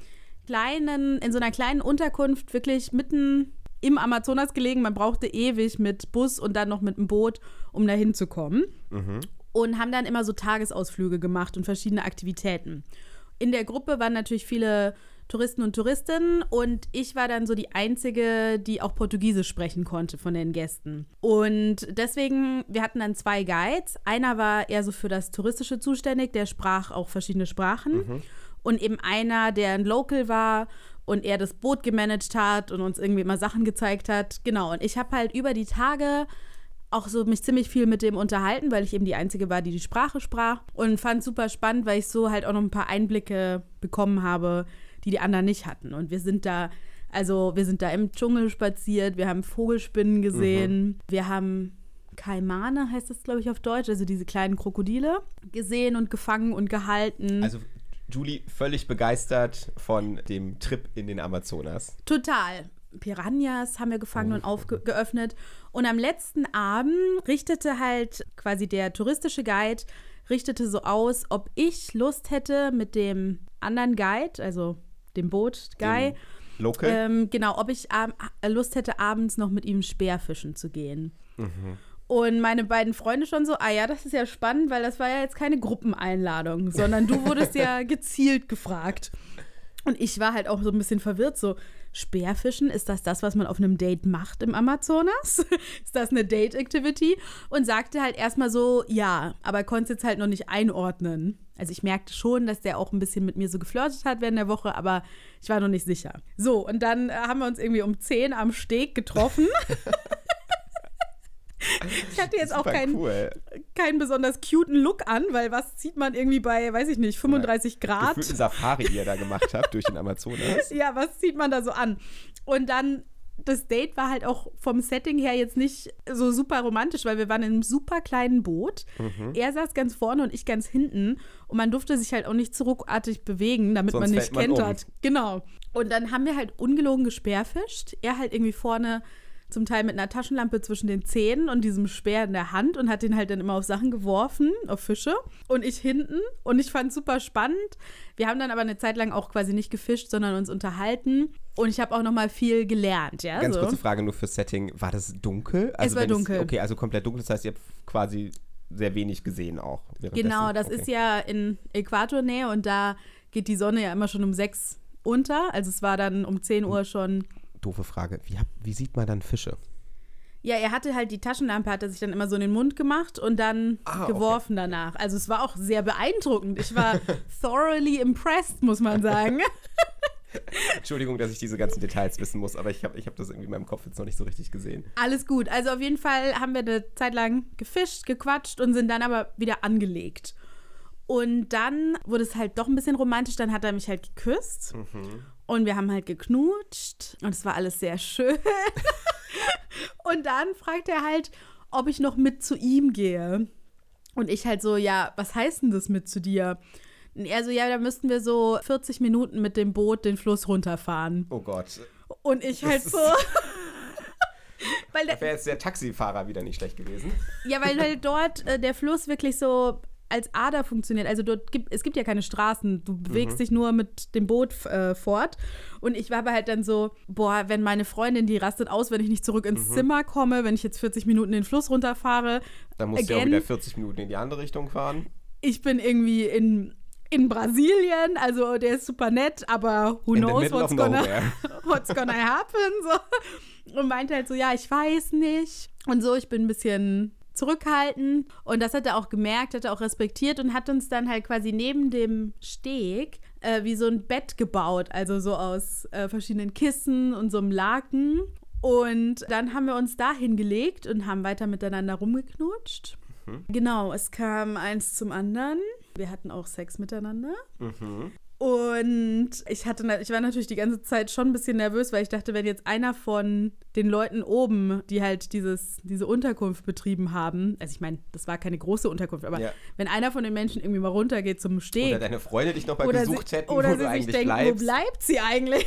kleinen Unterkunft, wirklich mitten im Amazonas gelegen. Man brauchte ewig mit Bus und dann noch mit dem Boot, um da hinzukommen. Mhm. Und haben dann immer so Tagesausflüge gemacht und verschiedene Aktivitäten. In der Gruppe waren natürlich viele Touristen und Touristinnen und ich war dann so die Einzige, die auch Portugiesisch sprechen konnte von den Gästen. Und deswegen, wir hatten dann 2 Guides. Einer war eher so für das Touristische zuständig, der sprach auch verschiedene Sprachen. Mhm. Und eben einer, der ein Local war und er das Boot gemanagt hat und uns irgendwie immer Sachen gezeigt hat. Genau, und ich habe halt über die Tage auch so mich ziemlich viel mit dem unterhalten, weil ich eben die Einzige war, die die Sprache sprach. Und fand es super spannend, weil ich so halt auch noch ein paar Einblicke bekommen habe, die anderen nicht hatten. Und wir sind da im Dschungel spaziert, wir haben Vogelspinnen gesehen, wir haben Kaimane, heißt das, glaube ich, auf Deutsch, also diese kleinen Krokodile, gesehen und gefangen und gehalten. Also Julie völlig begeistert von dem Trip in den Amazonas. Total. Piranhas haben wir gefangen und geöffnet. Und am letzten Abend richtete halt quasi der touristische Guide so aus, ob ich Lust hätte mit dem anderen Guide, also dem Boot-Guy, Local? ob ich Lust hätte, abends noch mit ihm Speerfischen zu gehen. Mhm. Und meine beiden Freunde schon so, das ist ja spannend, weil das war ja jetzt keine Gruppeneinladung, sondern du wurdest ja gezielt gefragt. Und ich war halt auch so ein bisschen verwirrt, so, Speerfischen, ist das, was man auf einem Date macht im Amazonas? Ist das eine Date-Activity? Und sagte halt erstmal so, ja, aber konnte es jetzt halt noch nicht einordnen. Also ich merkte schon, dass der auch ein bisschen mit mir so geflirtet hat während der Woche, aber ich war noch nicht sicher. So, und dann haben wir uns irgendwie um 10 am Steg getroffen. Ich hatte jetzt auch keinen besonders cuten Look an, weil was zieht man irgendwie bei, weiß ich nicht, 35 Grad? Gefühlte Safari, die ihr da gemacht habt durch den Amazonas. Ja, was zieht man da so an? Und dann, das Date war halt auch vom Setting her jetzt nicht so super romantisch, weil wir waren in einem super kleinen Boot. Mhm. Er saß ganz vorne und ich ganz hinten. Und man durfte sich halt auch nicht so ruckartig bewegen, damit sonst man nicht kentert. Um. Genau. Und dann haben wir halt ungelogen gespeerfischt. Er halt irgendwie vorne zum Teil mit einer Taschenlampe zwischen den Zähnen und diesem Speer in der Hand und hat den halt dann immer auf Sachen geworfen, auf Fische. Und ich hinten. Und ich fand es super spannend. Wir haben dann aber eine Zeit lang auch quasi nicht gefischt, sondern uns unterhalten. Und ich habe auch noch mal viel gelernt. Ja, ganz kurze Frage nur fürs Setting. War das dunkel? Also es war dunkel. Okay, also komplett dunkel. Das heißt, ihr habt quasi sehr wenig gesehen auch. Genau, das ist ja in Äquatornähe und da geht die Sonne ja immer schon um 6 unter. Also es war dann um 10 Uhr schon. Doofe Frage. Wie sieht man dann Fische? Ja, er hatte halt die Taschenlampe, hat er sich dann immer so in den Mund gemacht und dann geworfen danach. Also es war auch sehr beeindruckend. Ich war thoroughly impressed, muss man sagen. Entschuldigung, dass ich diese ganzen Details wissen muss, aber ich hab das irgendwie in meinem Kopf jetzt noch nicht so richtig gesehen. Alles gut. Also auf jeden Fall haben wir eine Zeit lang gefischt, gequatscht und sind dann aber wieder angelegt. Und dann wurde es halt doch ein bisschen romantisch. Dann hat er mich halt geküsst. Und wir haben halt geknutscht. Und es war alles sehr schön. Und dann fragt er halt, ob ich noch mit zu ihm gehe. Und ich halt so, ja, was heißt denn das mit zu dir? Und er so, ja, da müssten wir so 40 Minuten mit dem Boot den Fluss runterfahren. Oh Gott. Und ich halt so... Da wäre jetzt der Taxifahrer wieder nicht schlecht gewesen. Ja, weil halt dort der Fluss wirklich so als Ader funktioniert. Also es gibt ja keine Straßen. Du bewegst dich nur mit dem Boot fort. Und ich war aber halt dann so, boah, wenn meine Freundin, die rastet aus, wenn ich nicht zurück ins Zimmer komme, wenn ich jetzt 40 Minuten den Fluss runterfahre. Dann musst du ja auch wieder 40 Minuten in die andere Richtung fahren. Ich bin irgendwie in Brasilien, also der ist super nett, aber who knows what's gonna happen, so. Und meinte halt so, ja, ich weiß nicht. Und so, ich bin ein bisschen zurückhaltend. Und das hat er auch gemerkt, hat er auch respektiert und hat uns dann halt quasi neben dem Steg wie so ein Bett gebaut, also so aus verschiedenen Kissen und so einem Laken. Und dann haben wir uns da hingelegt und haben weiter miteinander rumgeknutscht. Genau, es kam eins zum anderen. Wir hatten auch Sex miteinander. Und ich war natürlich die ganze Zeit schon ein bisschen nervös, weil ich dachte, wenn jetzt einer von den Leuten oben, die halt diese Unterkunft betrieben haben, also ich meine, das war keine große Unterkunft, aber wenn einer von den Menschen irgendwie mal runtergeht zum Steg. Oder deine Freunde dich noch mal gesucht hätten, oder wo du eigentlich denken, bleibst. Wo bleibt sie eigentlich?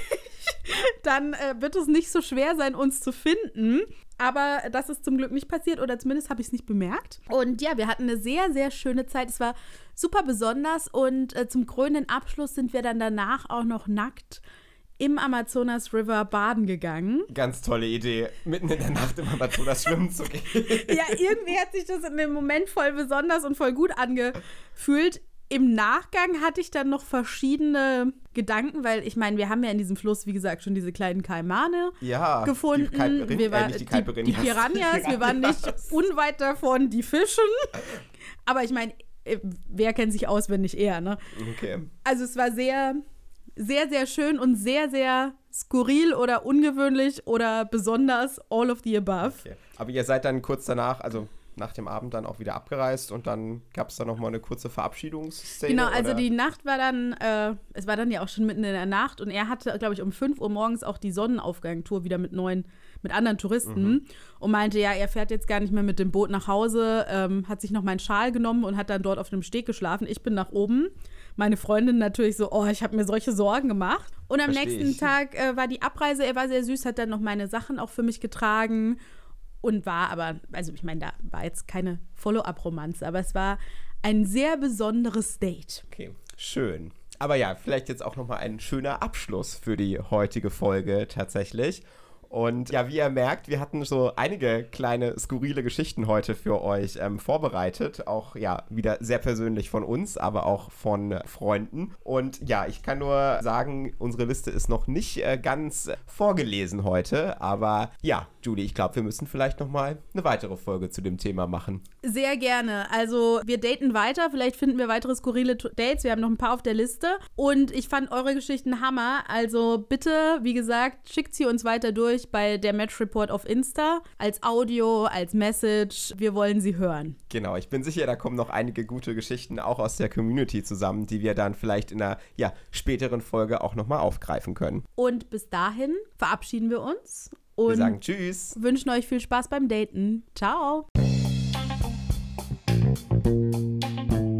Dann wird es nicht so schwer sein, uns zu finden. Aber das ist zum Glück nicht passiert oder zumindest habe ich es nicht bemerkt. Und ja, wir hatten eine sehr, sehr schöne Zeit. Es war super besonders und zum krönenden Abschluss sind wir dann danach auch noch nackt im Amazonas River baden gegangen. Ganz tolle Idee, mitten in der Nacht im Amazonas schwimmen zu gehen. Ja, irgendwie hat sich das in dem Moment voll besonders und voll gut angefühlt. Im Nachgang hatte ich dann noch verschiedene Gedanken, weil ich meine, wir haben ja in diesem Fluss, wie gesagt, schon diese kleinen Kaimane gefunden. Die Piranhas, wir waren nicht unweit davon, die Fischen. Aber ich meine, wer kennt sich aus, wenn nicht er, ne? Okay. Also es war sehr, sehr, sehr schön und sehr, sehr skurril oder ungewöhnlich oder besonders all of the above. Okay. Aber ihr seid dann kurz danach, also nach dem Abend dann auch wieder abgereist und dann gab es da nochmal eine kurze Verabschiedungsszene? Genau, also die Nacht war dann, es war dann ja auch schon mitten in der Nacht und er hatte, glaube ich, um 5 Uhr morgens auch die Sonnenaufgang-Tour wieder mit anderen Touristen und meinte, ja, er fährt jetzt gar nicht mehr mit dem Boot nach Hause, hat sich noch meinen Schal genommen und hat dann dort auf dem Steg geschlafen. Ich bin nach oben. Meine Freundin natürlich so, oh, ich habe mir solche Sorgen gemacht. Und am nächsten Tag war die Abreise, er war sehr süß, hat dann noch meine Sachen auch für mich getragen. Und war aber, also ich meine, da war jetzt keine Follow-up-Romanze, aber es war ein sehr besonderes Date. Okay, schön. Aber ja, vielleicht jetzt auch nochmal ein schöner Abschluss für die heutige Folge tatsächlich. Und ja, wie ihr merkt, wir hatten so einige kleine skurrile Geschichten heute für euch vorbereitet. Auch ja, wieder sehr persönlich von uns, aber auch von Freunden. Und ja, ich kann nur sagen, unsere Liste ist noch nicht ganz vorgelesen heute. Aber ja, Julie, ich glaube, wir müssen vielleicht nochmal eine weitere Folge zu dem Thema machen. Sehr gerne. Also wir daten weiter. Vielleicht finden wir weitere skurrile Dates. Wir haben noch ein paar auf der Liste. Und ich fand eure Geschichten Hammer. Also bitte, wie gesagt, schickt sie uns weiter durch bei der Match Report auf Insta. Als Audio, als Message. Wir wollen sie hören. Genau, ich bin sicher, da kommen noch einige gute Geschichten auch aus der Community zusammen, die wir dann vielleicht in einer späteren Folge auch nochmal aufgreifen können. Und bis dahin verabschieden wir uns. Und wir sagen Tschüss. Wünschen euch viel Spaß beim Daten. Ciao.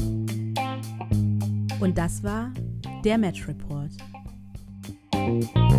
Und das war der Match Report.